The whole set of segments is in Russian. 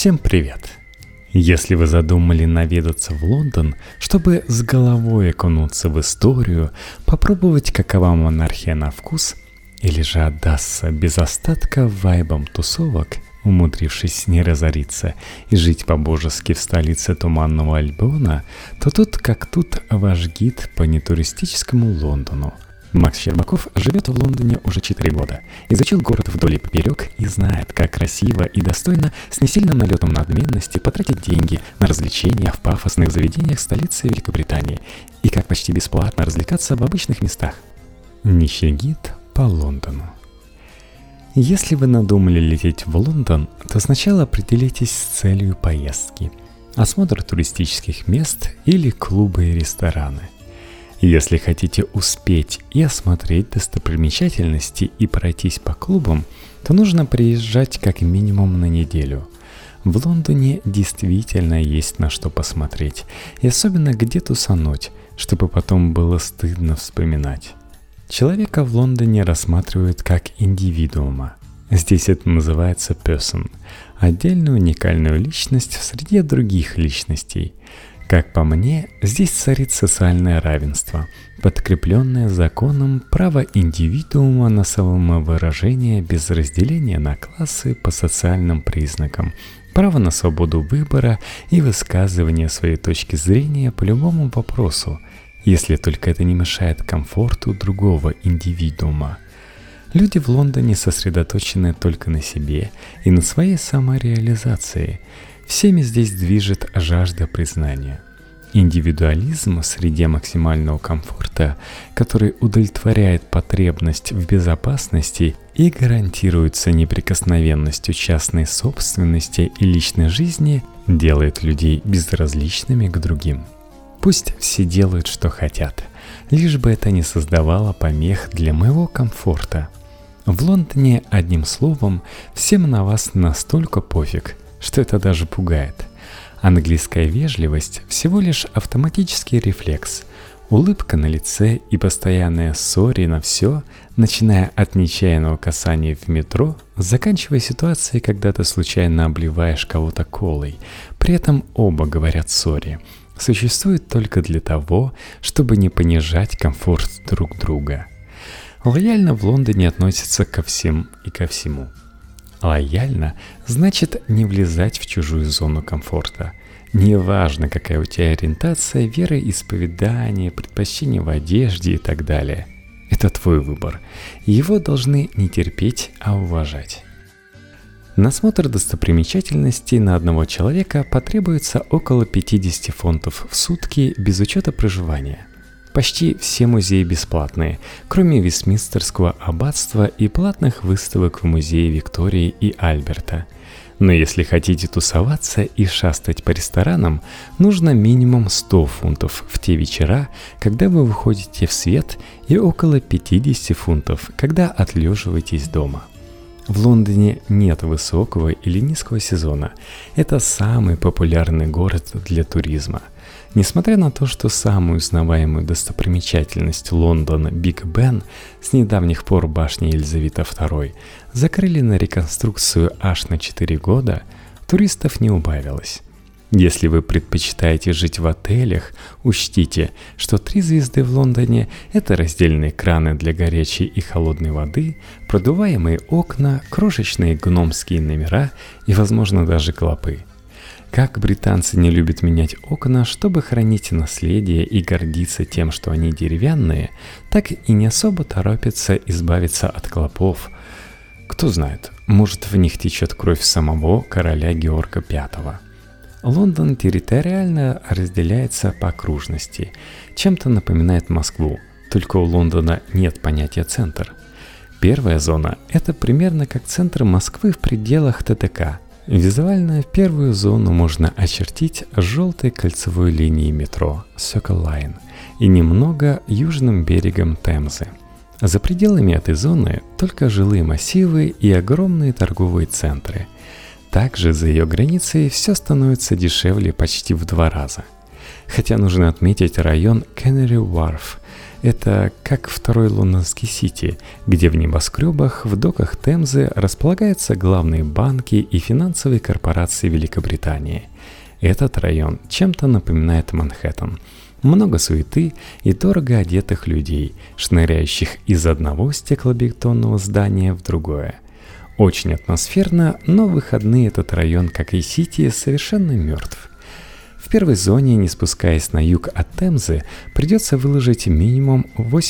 Всем привет! Если вы задумали наведаться в Лондон, чтобы с головой окунуться в историю, попробовать, какова монархия на вкус, или же отдаться без остатка вайбам тусовок, умудрившись не разориться и жить по-божески в столице Туманного Альбиона, то тут как тут ваш гид по нетуристическому Лондону. Макс Щербаков живет в Лондоне уже 4 года, изучил город вдоль и поперек и знает, как красиво и достойно с несильным налетом надменности потратить деньги на развлечения в пафосных заведениях столицы Великобритании и как почти бесплатно развлекаться в обычных местах. Нищий гид по Лондону. Если вы надумали лететь в Лондон, то сначала определитесь с целью поездки – осмотр туристических мест или клубы и рестораны. Если хотите успеть и осмотреть достопримечательности и пройтись по клубам, то нужно приезжать как минимум на неделю. В Лондоне действительно есть на что посмотреть, и особенно где тусануть, чтобы потом было стыдно вспоминать. Человека в Лондоне рассматривают как индивидуума. Здесь это называется person, отдельную уникальную личность в среде других личностей. Как по мне, здесь царит социальное равенство, подкрепленное законом права индивидуума на самовыражение без разделения на классы по социальным признакам, право на свободу выбора и высказывание своей точки зрения по любому вопросу, если только это не мешает комфорту другого индивидуума. Люди в Лондоне сосредоточены только на себе и на своей самореализации. Всеми здесь движет жажда признания. Индивидуализм в среде максимального комфорта, который удовлетворяет потребность в безопасности и гарантируется неприкосновенностью частной собственности и личной жизни, делает людей безразличными к другим. Пусть все делают, что хотят, лишь бы это не создавало помех для моего комфорта. В Лондоне, одним словом, всем на вас настолько пофиг, что это даже пугает. Английская вежливость – всего лишь автоматический рефлекс. Улыбка на лице и постоянное «сори» на все, начиная от нечаянного касания в метро, заканчивая ситуацией, когда ты случайно обливаешь кого-то колой. При этом оба говорят «сори». Существует только для того, чтобы не понижать комфорт друг друга. Лояльно в Лондоне относятся ко всем и ко всему. Лояльно значит не влезать в чужую зону комфорта. Неважно, какая у тебя ориентация, вероисповедание, предпочтение в одежде и так далее. Это твой выбор. Его должны не терпеть, а уважать. На осмотр достопримечательностей на одного человека потребуется около 50 фунтов в сутки без учета проживания. Почти все музеи бесплатные, кроме Вестминстерского аббатства и платных выставок в музее Виктории и Альберта. Но если хотите тусоваться и шастать по ресторанам, нужно минимум 100 фунтов в те вечера, когда вы выходите в свет, и около 50 фунтов, когда отлеживаетесь дома. В Лондоне нет высокого или низкого сезона. Это самый популярный город для туризма. Несмотря на то, что самую узнаваемую достопримечательность Лондона Биг Бен с недавних пор башни Елизаветы II закрыли на реконструкцию аж на 4 года, туристов не убавилось. Если вы предпочитаете жить в отелях, учтите, что 3 звезды в Лондоне – это раздельные краны для горячей и холодной воды, продуваемые окна, крошечные гномские номера и, возможно, даже клопы. Как британцы не любят менять окна, чтобы хранить наследие и гордиться тем, что они деревянные, так и не особо торопятся избавиться от клопов. Кто знает, может, в них течет кровь самого короля Георга V. Лондон территориально разделяется по окружности, чем-то напоминает Москву, только у Лондона нет понятия «центр». Первая зона – это примерно как центр Москвы в пределах ТТК. Визуально первую зону можно очертить желтой кольцевой линией метро Circle Line и немного южным берегом Темзы. За пределами этой зоны только жилые массивы и огромные торговые центры. Также за ее границей все становится дешевле почти в 2 раза. Хотя нужно отметить район Canary Wharf. Это как второй лондонский Сити, где в небоскребах в доках Темзы располагаются главные банки и финансовые корпорации Великобритании. Этот район чем-то напоминает Манхэттен. Много суеты и дорого одетых людей, шныряющих из одного стеклобетонного здания в другое. Очень атмосферно, но в выходные этот район, как и Сити, совершенно мертв. В первой зоне, не спускаясь на юг от Темзы, придется выложить минимум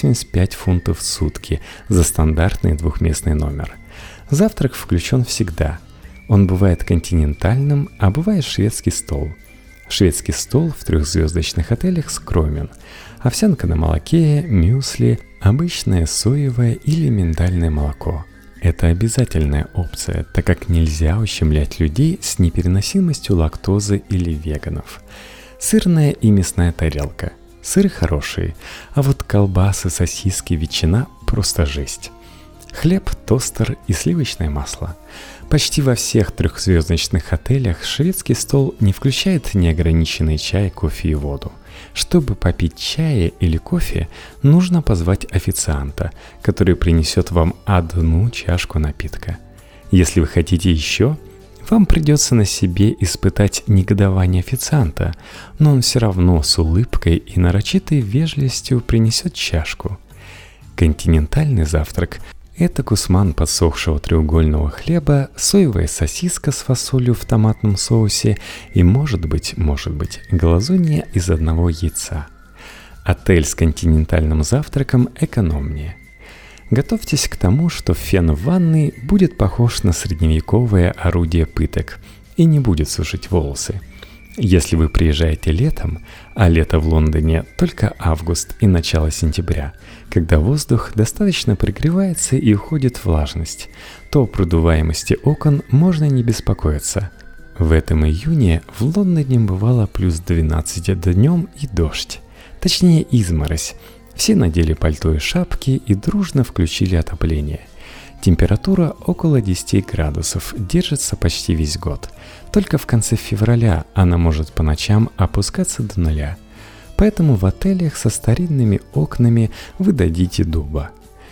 85 фунтов в сутки за стандартный двухместный номер. Завтрак включен всегда. Он бывает континентальным, а бывает шведский стол. Шведский стол в 3-звездочных отелях скромен. Овсянка на молоке, мюсли, обычное соевое или миндальное молоко. Это обязательная опция, так как нельзя ущемлять людей с непереносимостью лактозы или веганов. Сырная и мясная тарелка. Сыры хорошие, а вот колбасы, сосиски, ветчина – просто жесть. Хлеб, тостер и сливочное масло. Почти во всех 3-звездочных отелях шведский стол не включает неограниченный чай, кофе и воду. Чтобы попить чая или кофе, нужно позвать официанта, который принесет вам 1 чашку напитка. Если вы хотите еще, вам придется на себе испытать негодование официанта, но он все равно с улыбкой и нарочитой вежливостью принесет чашку. Континентальный завтрак – это кусман подсохшего треугольного хлеба, соевая сосиска с фасолью в томатном соусе и, может быть, глазунья из 1 яйца. Отель с континентальным завтраком экономнее. Готовьтесь к тому, что фен в ванной будет похож на средневековое орудие пыток и не будет сушить волосы. Если вы приезжаете летом, а лето в Лондоне только август и начало сентября, когда воздух достаточно прогревается и уходит влажность, то о продуваемости окон можно не беспокоиться. В этом июне в Лондоне бывало плюс 12 днем и дождь, точнее изморозь. Все надели пальто и шапки и дружно включили отопление. Температура около 10 градусов держится почти весь год. Только в конце февраля она может по ночам опускаться до 0. Поэтому в отелях со старинными окнами вы дадите дуба.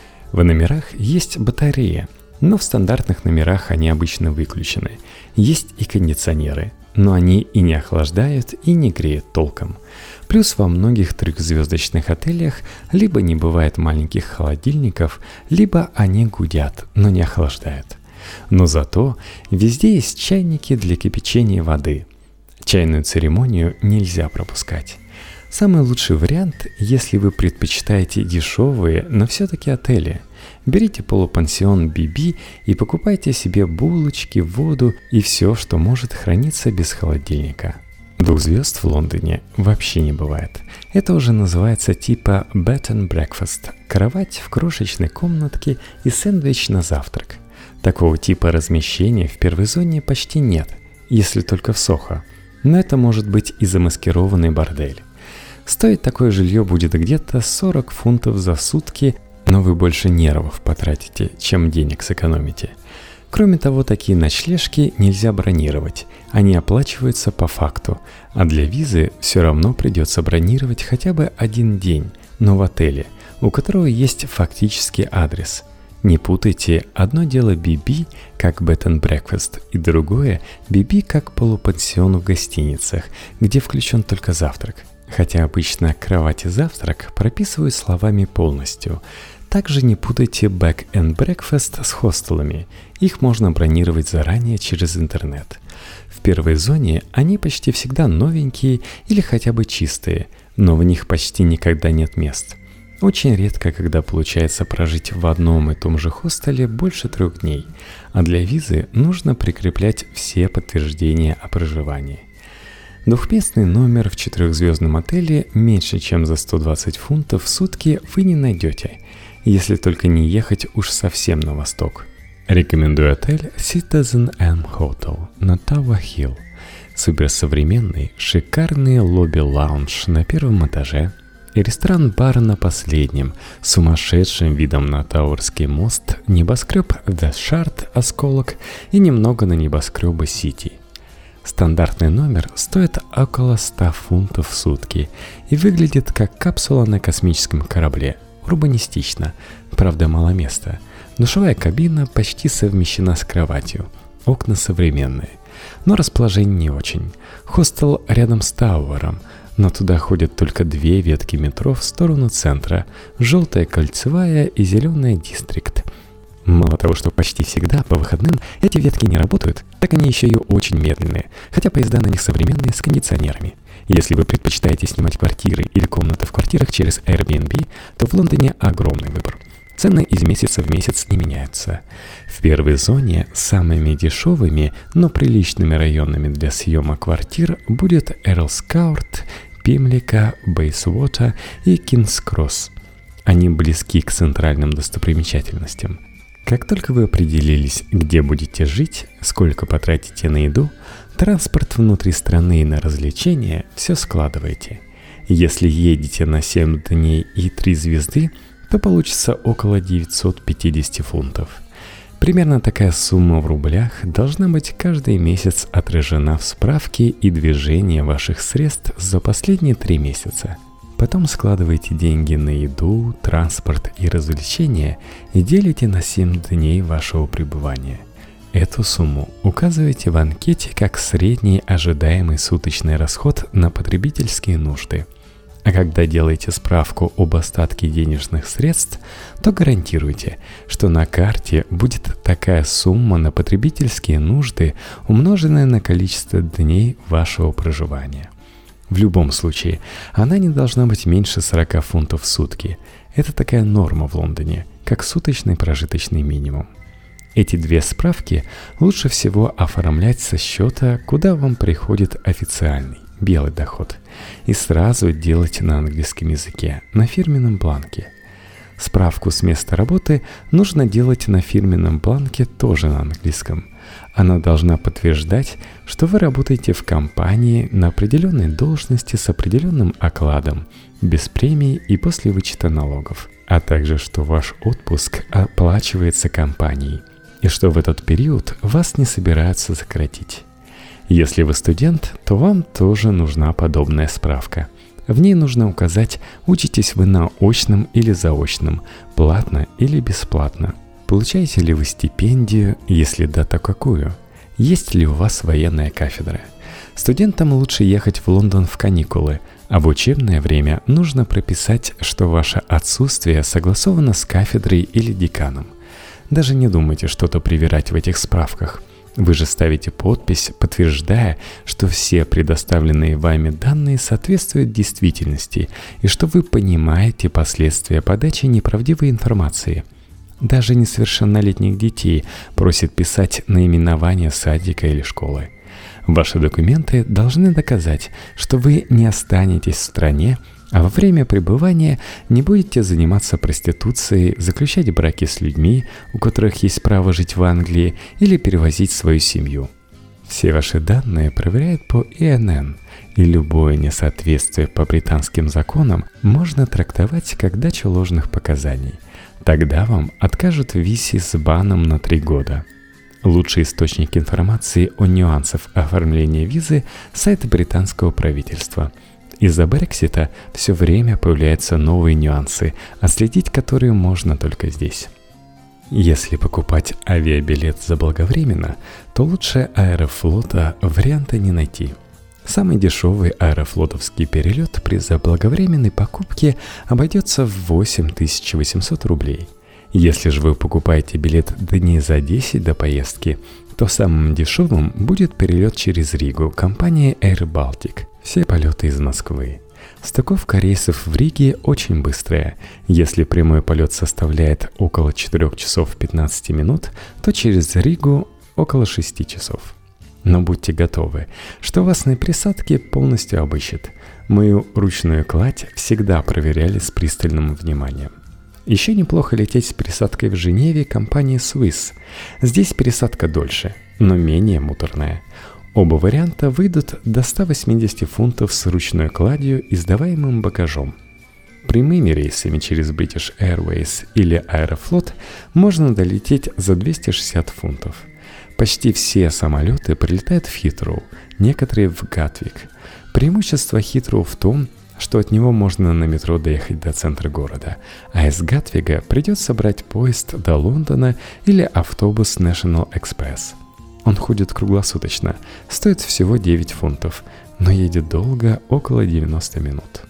В номерах есть батарея, но в стандартных номерах они обычно выключены. Есть и кондиционеры, но они и не охлаждают, и не греют толком. Плюс во многих 3-звездочных отелях либо не бывает маленьких холодильников, либо они гудят, но не охлаждают. Но зато везде есть чайники для кипячения воды. Чайную церемонию нельзя пропускать. Самый лучший вариант, если вы предпочитаете дешевые, но все-таки отели. Берите полупансион BB и покупайте себе булочки, воду и все, что может храниться без холодильника. 2 звезд в Лондоне вообще не бывает. Это уже называется типа bed and breakfast – кровать в крошечной комнатке и сэндвич на завтрак. Такого типа размещения в первой зоне почти нет, если только в Сохо. Но это может быть и замаскированный бордель. Стоить такое жилье будет где-то 40 фунтов за сутки, но вы больше нервов потратите, чем денег сэкономите. Кроме того, такие ночлежки нельзя бронировать, они оплачиваются по факту, а для визы все равно придется бронировать хотя бы 1 день, но в отеле, у которого есть фактический адрес. Не путайте одно дело BB как bed and breakfast и другое BB как полупансион в гостиницах, где включен только завтрак. Хотя обычно кровать и завтрак прописывают словами полностью. Также не путайте bed and breakfast с хостелами. Их можно бронировать заранее через интернет. В первой зоне они почти всегда новенькие или хотя бы чистые, но в них почти никогда нет мест. Очень редко, когда получается прожить в одном и том же хостеле больше 3 дней, а для визы нужно прикреплять все подтверждения о проживании. Двухместный номер в 4-звездном отеле меньше, чем за 120 фунтов в сутки вы не найдете, если только не ехать уж совсем на восток. Рекомендую отель Citizen M Hotel на Tower Hill. Суперсовременный, шикарный лобби-лаунж на 1-м этаже и ресторан-бар на последнем, с сумасшедшим видом на Тауэрский мост, небоскреб The Shard, осколок и немного на небоскребы Сити. Стандартный номер стоит около 100 фунтов в сутки и выглядит как капсула на космическом корабле. Урбанистично, правда мало места. Душевая кабина почти совмещена с кроватью. Окна современные, но расположение не очень. Хостел рядом с Тауэром, но туда ходят только 2 ветки метро в сторону центра. Желтая Кольцевая и зеленая Дистрикт. Мало того, что почти всегда по выходным эти ветки не работают, так они еще и очень медленные, хотя поезда на них современные с кондиционерами. Если вы предпочитаете снимать квартиры или комнаты в квартирах через Airbnb, то в Лондоне огромный выбор. Цены из месяца в месяц не меняются. В первой зоне самыми дешевыми, но приличными районами для съема квартир будет Эрлс Каурт, Пимлика, Бейсвотер и Кингс-Кросс. Они близки к центральным достопримечательностям. Как только вы определились, где будете жить, сколько потратите на еду, транспорт внутри страны и на развлечения, все складываете. Если едете на 7 дней и 3 звезды, то получится около 950 фунтов. Примерно такая сумма в рублях должна быть каждый месяц отражена в справке и движении ваших средств за последние 3 месяца. Потом складывайте деньги на еду, транспорт и развлечения и делите на 7 дней вашего пребывания. Эту сумму указывайте в анкете как средний ожидаемый суточный расход на потребительские нужды. А когда делаете справку об остатке денежных средств, то гарантируйте, что на карте будет такая сумма на потребительские нужды, умноженная на количество дней вашего проживания. В любом случае, она не должна быть меньше 40 фунтов в сутки. Это такая норма в Лондоне, как суточный прожиточный минимум. Эти 2 справки лучше всего оформлять со счета, куда вам приходит официальный, белый доход, и сразу делать на английском языке, на фирменном бланке. Справку с места работы нужно делать на фирменном бланке тоже на английском. Она должна подтверждать, что вы работаете в компании на определенной должности с определенным окладом, без премий и после вычета налогов, а также что ваш отпуск оплачивается компанией и что в этот период вас не собираются сократить. Если вы студент, то вам тоже нужна подобная справка. В ней нужно указать, учитесь вы на очном или заочном, платно или бесплатно. Получаете ли вы стипендию, если да, то какую? Есть ли у вас военная кафедра? Студентам лучше ехать в Лондон в каникулы, а в учебное время нужно прописать, что ваше отсутствие согласовано с кафедрой или деканом. Даже не думайте что-то привирать в этих справках. Вы же ставите подпись, подтверждая, что все предоставленные вами данные соответствуют действительности и что вы понимаете последствия подачи неправдивой информации. Даже несовершеннолетних детей просят писать наименование садика или школы. Ваши документы должны доказать, что вы не останетесь в стране, а во время пребывания не будете заниматься проституцией, заключать браки с людьми, у которых есть право жить в Англии, или перевозить свою семью. Все ваши данные проверяют по ИНН, и любое несоответствие по британским законам можно трактовать как дачу ложных показаний. Тогда вам откажут в визе с баном на 3 года. Лучший источник информации о нюансах оформления визы – сайт британского правительства. Из-за Брексита все время появляются новые нюансы, отследить которые можно только здесь. Если покупать авиабилет заблаговременно, то лучше Аэрофлота варианта не найти. Самый дешевый аэрофлотовский перелет при заблаговременной покупке обойдется в 8800 рублей. Если же вы покупаете билет дней за 10 до поездки, то самым дешевым будет перелет через Ригу компании Air Baltic. Все полеты из Москвы. Стыковка рейсов в Риге очень быстрая. Если прямой полет составляет около 4 часов 15 минут, то через Ригу около 6 часов. Но будьте готовы, что вас на присадке полностью обыщет. Мою ручную кладь всегда проверяли с пристальным вниманием. Еще неплохо лететь с пересадкой в Женеве компании Swiss. Здесь пересадка дольше, но менее муторная. Оба варианта выйдут до 180 фунтов с ручной кладью и сдаваемым багажом. Прямыми рейсами через British Airways или Аэрофлот можно долететь за 260 фунтов. Почти все самолеты прилетают в Хитроу, некоторые в Гатвик. Преимущество Хитроу в том, что от него можно на метро доехать до центра города, а из Гатвига придется брать поезд до Лондона или автобус National Express. Он ходит круглосуточно, стоит всего 9 фунтов, но едет долго, около 90 минут.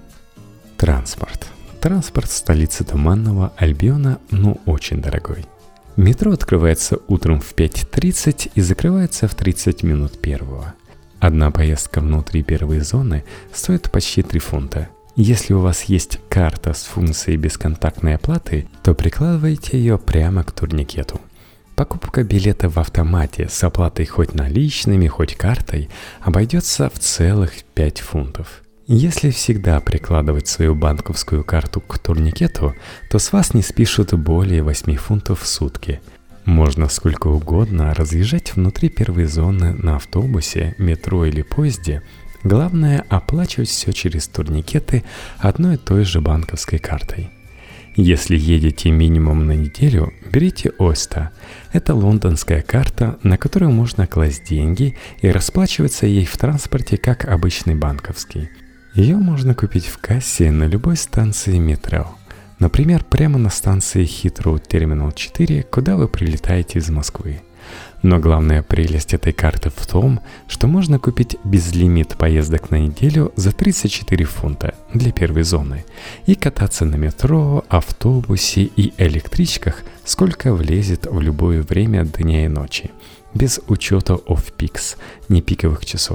Транспорт. Транспорт в столице Туманного Альбиона, очень дорогой. Метро открывается утром в 5:30 и закрывается в 30 минут первого. Одна поездка внутри первой зоны стоит почти 3 фунта. Если у вас есть карта с функцией бесконтактной оплаты, то прикладывайте ее прямо к турникету. Покупка билета в автомате с оплатой хоть наличными, хоть картой обойдется в целых 5 фунтов. Если всегда прикладывать свою банковскую карту к турникету, то с вас не спишут более 8 фунтов в сутки. Можно сколько угодно разъезжать внутри первой зоны на автобусе, метро или поезде. Главное – оплачивать все через турникеты одной и той же банковской картой. Если едете минимум на неделю, берите Oyster. Это лондонская карта, на которую можно класть деньги и расплачиваться ей в транспорте как обычный банковский. Ее можно купить в кассе на любой станции метро. Например, прямо на станции Heathrow Terminal 4, куда вы прилетаете из Москвы. Но главная прелесть этой карты в том, что можно купить безлимит поездок на неделю за 34 фунта для первой зоны и кататься на метро, автобусе и электричках, сколько влезет в любое время дня и ночи, без учета off-peaks, не пиковых часов.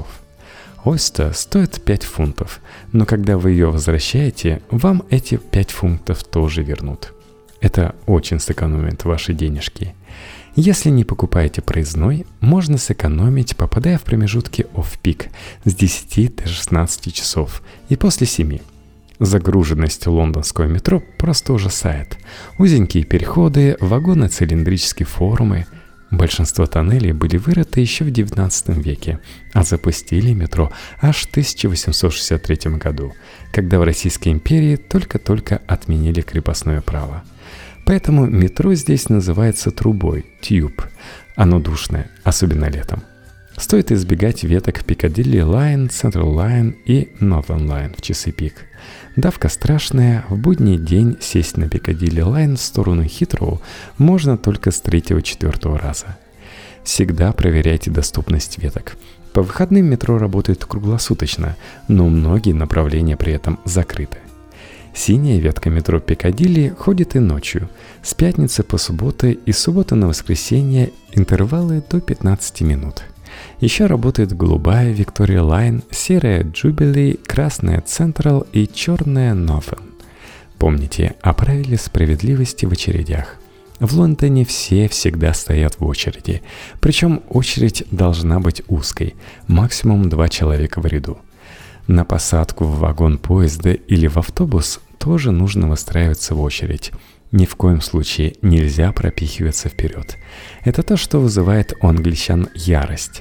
Oyster стоит 5 фунтов, но когда вы ее возвращаете, вам эти 5 фунтов тоже вернут. Это очень сэкономит ваши денежки. Если не покупаете проездной, можно сэкономить, попадая в промежутки off-peak с 10 до 16 часов и после 7. Загруженность лондонского метро просто ужасает. Узенькие переходы, вагоны цилиндрической формы. Большинство тоннелей были вырыты еще в XIX веке, а запустили метро аж в 1863 году, когда в Российской империи только-только отменили крепостное право. Поэтому метро здесь называется трубой, tube. Оно душное, особенно летом. Стоит избегать веток Piccadilly Line, Central Line и Northern Line в часы пик. Давка страшная, в будний день сесть на Piccadilly Line в сторону Хитроу можно только с 3-4 раза. Всегда проверяйте доступность веток. По выходным метро работает круглосуточно, но многие направления при этом закрыты. Синяя ветка метро Пикадилли ходит и ночью, с пятницы по субботы и с субботы на воскресенье интервалы до 15 минут. Еще работает голубая Victoria Line, серая Jubilee, красная Central и черная Northern. Помните о правиле справедливости в очередях. В Лондоне все всегда стоят в очереди, причем очередь должна быть узкой, максимум 2 человека в ряду. На посадку в вагон поезда или в автобус тоже нужно выстраиваться в очередь. Ни в коем случае нельзя пропихиваться вперед. Это то, что вызывает у англичан ярость.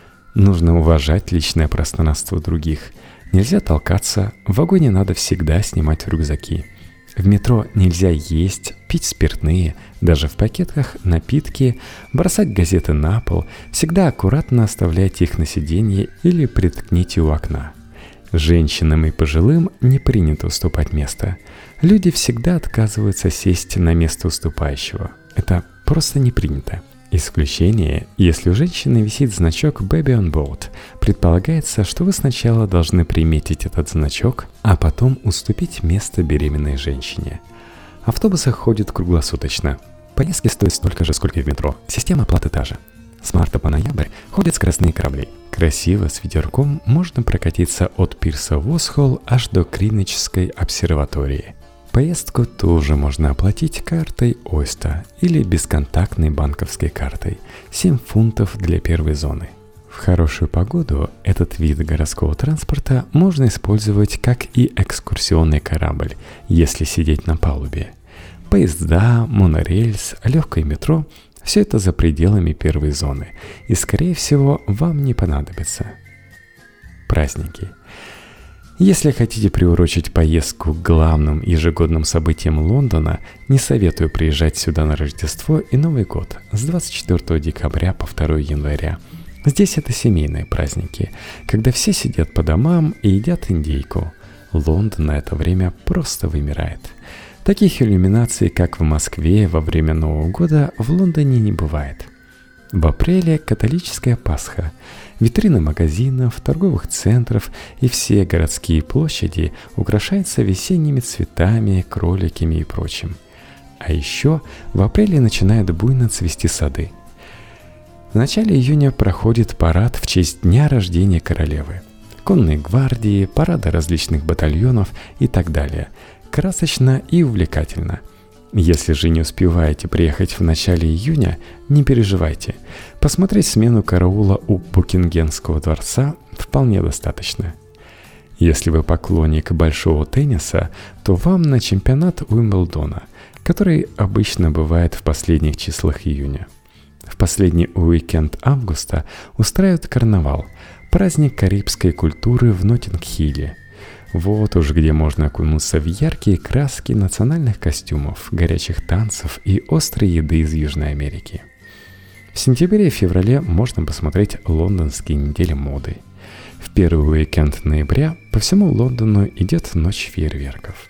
Нужно уважать личное пространство других. Нельзя толкаться, в вагоне надо всегда снимать рюкзаки. В метро нельзя есть, пить спиртные, даже в пакетах напитки, бросать газеты на пол, всегда аккуратно оставляйте их на сиденье или приткните у окна. Женщинам и пожилым не принято уступать место. Люди всегда отказываются сесть на место уступающего. Это просто не принято. Исключение, если у женщины висит значок «Baby on board». Предполагается, что вы сначала должны приметить этот значок, а потом уступить место беременной женщине. Автобусы ходят круглосуточно. Поездки стоят столько же, сколько и в метро. Система оплаты та же. С марта по ноябрь ходят скоростные корабли. Красиво, с ветерком можно прокатиться от пирса Восхолл аж до Гринвичской обсерватории. Поездку тоже можно оплатить картой Oyster или бесконтактной банковской картой. 7 фунтов для первой зоны. В хорошую погоду этот вид городского транспорта можно использовать как и экскурсионный корабль, если сидеть на палубе. Поезда, монорельс, легкое метро – все это за пределами первой зоны, и, скорее всего, вам не понадобится. Праздники. Если хотите приурочить поездку к главным ежегодным событиям Лондона, не советую приезжать сюда на Рождество и Новый год с 24 декабря по 2 января. Здесь это семейные праздники, когда все сидят по домам и едят индейку. Лондон на это время просто вымирает. Таких иллюминаций, как в Москве во время Нового года, в Лондоне не бывает. В апреле католическая Пасха. Витрины магазинов, торговых центров и все городские площади украшаются весенними цветами, кроликами и прочим. А еще в апреле начинают буйно цвести сады. В начале июня проходит парад в честь дня рождения королевы. Конные гвардии, парады различных батальонов и так далее. Красочно и увлекательно. Если же не успеваете приехать в начале июня, не переживайте. Посмотреть смену караула у Букингемского дворца вполне достаточно. Если вы поклонник большого тенниса, то вам на чемпионат Уимблдона, который обычно бывает в последних числах июня. В последний уикенд августа устраивают карнавал, праздник карибской культуры в Ноттинг-Хилле. Вот уж где можно окунуться в яркие краски национальных костюмов, горячих танцев и острой еды из Южной Америки. В сентябре и феврале можно посмотреть лондонские недели моды. В первый уикенд ноября по всему Лондону идет ночь фейерверков.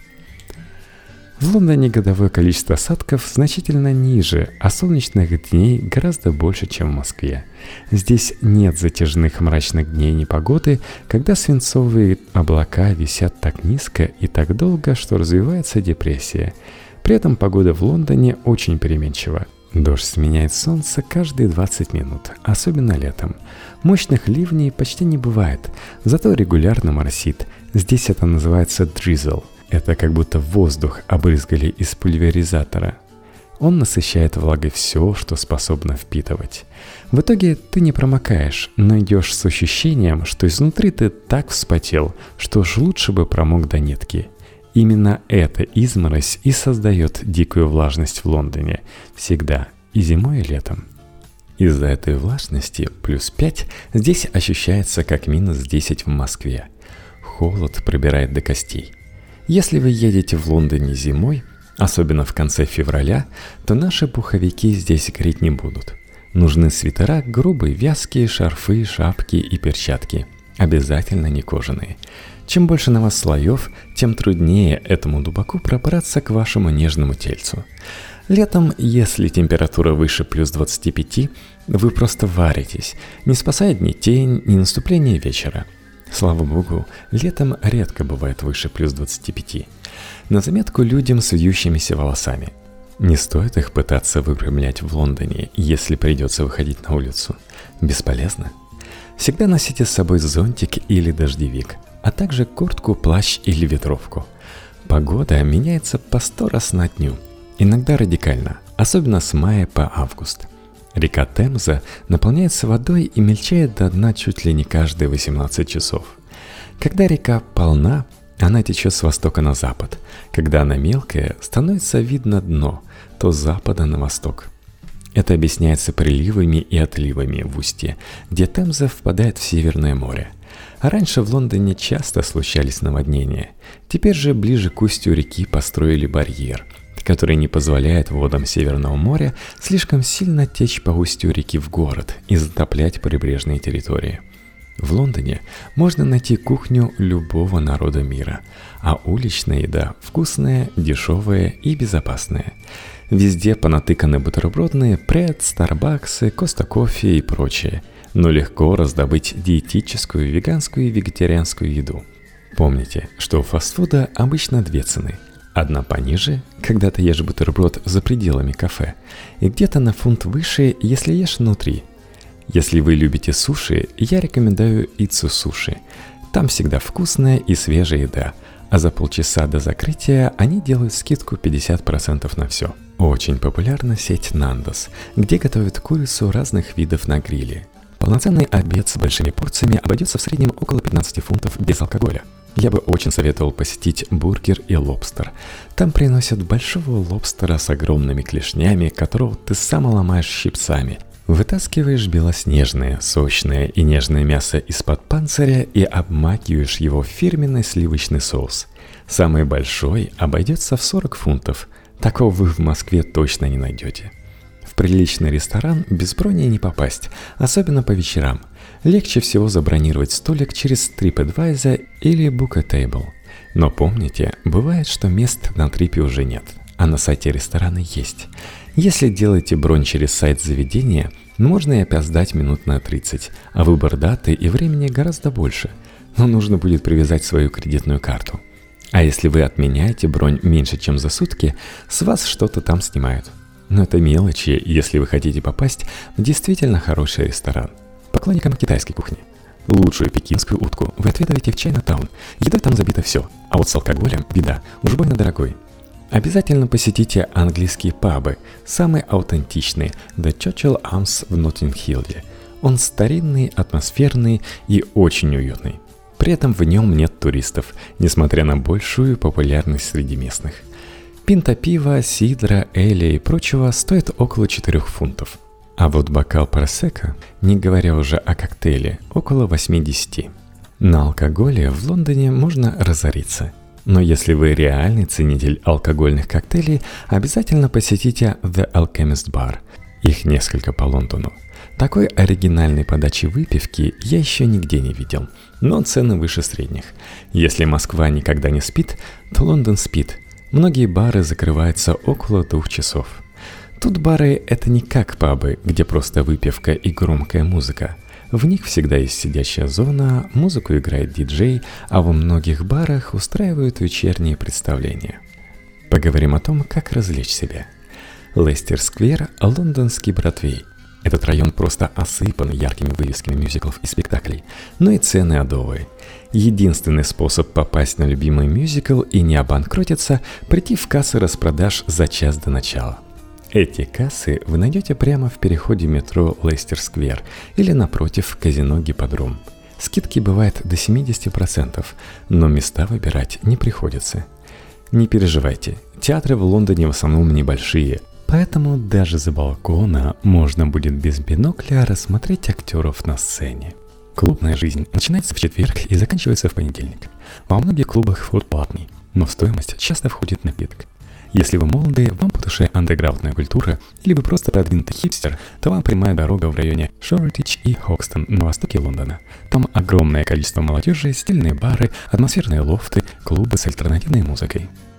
В Лондоне годовое количество осадков значительно ниже, а солнечных дней гораздо больше, чем в Москве. Здесь нет затяжных мрачных дней непогоды, когда свинцовые облака висят так низко и так долго, что развивается депрессия. При этом погода в Лондоне очень переменчива. Дождь сменяет солнце каждые 20 минут, особенно летом. Мощных ливней почти не бывает, зато регулярно моросит. Здесь это называется drizzle. Это как будто воздух обрызгали из пульверизатора. Он насыщает влагой все, что способно впитывать. В итоге ты не промокаешь, но идешь с ощущением, что изнутри ты так вспотел, что уж лучше бы промок до нитки. Именно эта изморозь и создает дикую влажность в Лондоне. Всегда, и зимой, и летом. Из-за этой влажности плюс 5 здесь ощущается как минус 10 в Москве. Холод пробирает до костей. Если вы едете в Лондоне зимой, особенно в конце февраля, то наши пуховики здесь греть не будут. Нужны свитера, грубые, вязкие, шарфы, шапки и перчатки. Обязательно не кожаные. Чем больше на вас слоев, тем труднее этому дубаку пробраться к вашему нежному тельцу. Летом, если температура выше плюс 25, вы просто варитесь, не спасает ни тень, ни наступление вечера. Слава богу, летом редко бывает выше плюс 25. На заметку людям с вьющимися волосами. Не стоит их пытаться выпрямлять в Лондоне, если придется выходить на улицу. Бесполезно. Всегда носите с собой зонтик или дождевик, а также куртку, плащ или ветровку. Погода меняется по 100 раз на дню, иногда радикально, особенно с мая по август. Река Темза наполняется водой и мельчает до дна чуть ли не каждые 18 часов. Когда река полна, она течет с востока на запад. Когда она мелкая, становится видно дно, то с запада на восток. Это объясняется приливами и отливами в устье, где Темза впадает в Северное море. А раньше в Лондоне часто случались наводнения. Теперь же ближе к устью реки построили барьер, который не позволяет водам Северного моря слишком сильно течь по устью реки в город и затоплять прибрежные территории. В Лондоне можно найти кухню любого народа мира, а уличная еда вкусная, дешевая и безопасная. Везде понатыканы бутербродные, Пред, Старбаксы, Коста Кофе и прочее, но легко раздобыть диетическую, веганскую и вегетарианскую еду. Помните, что у фастфуда обычно две цены. Одна пониже, когда ты ешь бутерброд за пределами кафе, и где-то на фунт выше, если ешь внутри. Если вы любите суши, я рекомендую Ицу Суши. Там всегда вкусная и свежая еда, а за полчаса до закрытия они делают скидку 50% на все. Очень популярна сеть Nando's, где готовят курицу разных видов на гриле. Полноценный обед с большими порциями обойдется в среднем около 15 фунтов без алкоголя. Я бы очень советовал посетить Бургер и Лобстер. Там приносят большого лобстера с огромными клешнями, которого ты сам ломаешь щипцами. Вытаскиваешь белоснежное, сочное и нежное мясо из-под панциря и обмакиваешь его в фирменный сливочный соус. Самый большой обойдется в 40 фунтов. Такого вы в Москве точно не найдете. В приличный ресторан без брони не попасть, особенно по вечерам. Легче всего забронировать столик через TripAdvisor или Book a Table. Но помните, бывает, что мест на трипе уже нет, а на сайте ресторана есть. Если делаете бронь через сайт заведения, можно и опоздать минут на 30, а выбор даты и времени гораздо больше. Но нужно будет привязать свою кредитную карту. А если вы отменяете бронь меньше, чем за сутки, с вас что-то там снимают. Но это мелочи, если вы хотите попасть в действительно хороший ресторан. Поклонникам китайской кухни. Лучшую пекинскую утку вы отведаете в Чайна-таун. Едой там забито все, а вот с алкоголем беда, уж больно дорогой. Обязательно посетите английские пабы, самый аутентичный The Churchill Arms в Ноттинг-Хилле. Он старинный, атмосферный и очень уютный. При этом в нем нет туристов, несмотря на большую популярность среди местных. Пинта пива, сидра, эля и прочего стоит около 4 фунтов. А вот бокал просекко, не говоря уже о коктейле, около 80. На алкоголе в Лондоне можно разориться. Но если вы реальный ценитель алкогольных коктейлей, обязательно посетите The Alchemist Bar. Их несколько по Лондону. Такой оригинальной подачи выпивки я еще нигде не видел, но цены выше средних. Если Москва никогда не спит, то Лондон спит. Многие бары закрываются около 2 часов. Тут бары – это не как пабы, где просто выпивка и громкая музыка. В них всегда есть сидящая зона, музыку играет диджей, а во многих барах устраивают вечерние представления. Поговорим о том, как развлечь себя. Лестер-сквер – лондонский Бродвей. Этот район просто осыпан яркими вывесками мюзиклов и спектаклей, но и цены адовые. Единственный способ попасть на любимый мюзикл и не обанкротиться – прийти в кассы распродаж за час до начала. Эти кассы вы найдете прямо в переходе метро Лестер-сквер или напротив казино «Гипподром». Скидки бывают до 70%, но места выбирать не приходится. Не переживайте, театры в Лондоне в основном небольшие, поэтому даже за балкона можно будет без бинокля рассмотреть актеров на сцене. Клубная жизнь начинается в четверг и заканчивается в понедельник. Во многих клубах вход платный, но в стоимость часто входит напиток. Если вы молоды, вам по душе андеграундная культура, или вы просто продвинутый хипстер, то вам прямая дорога в районе Шоритидж и Хокстон на востоке Лондона. Там огромное количество молодежи, стильные бары, атмосферные лофты, клубы с альтернативной музыкой.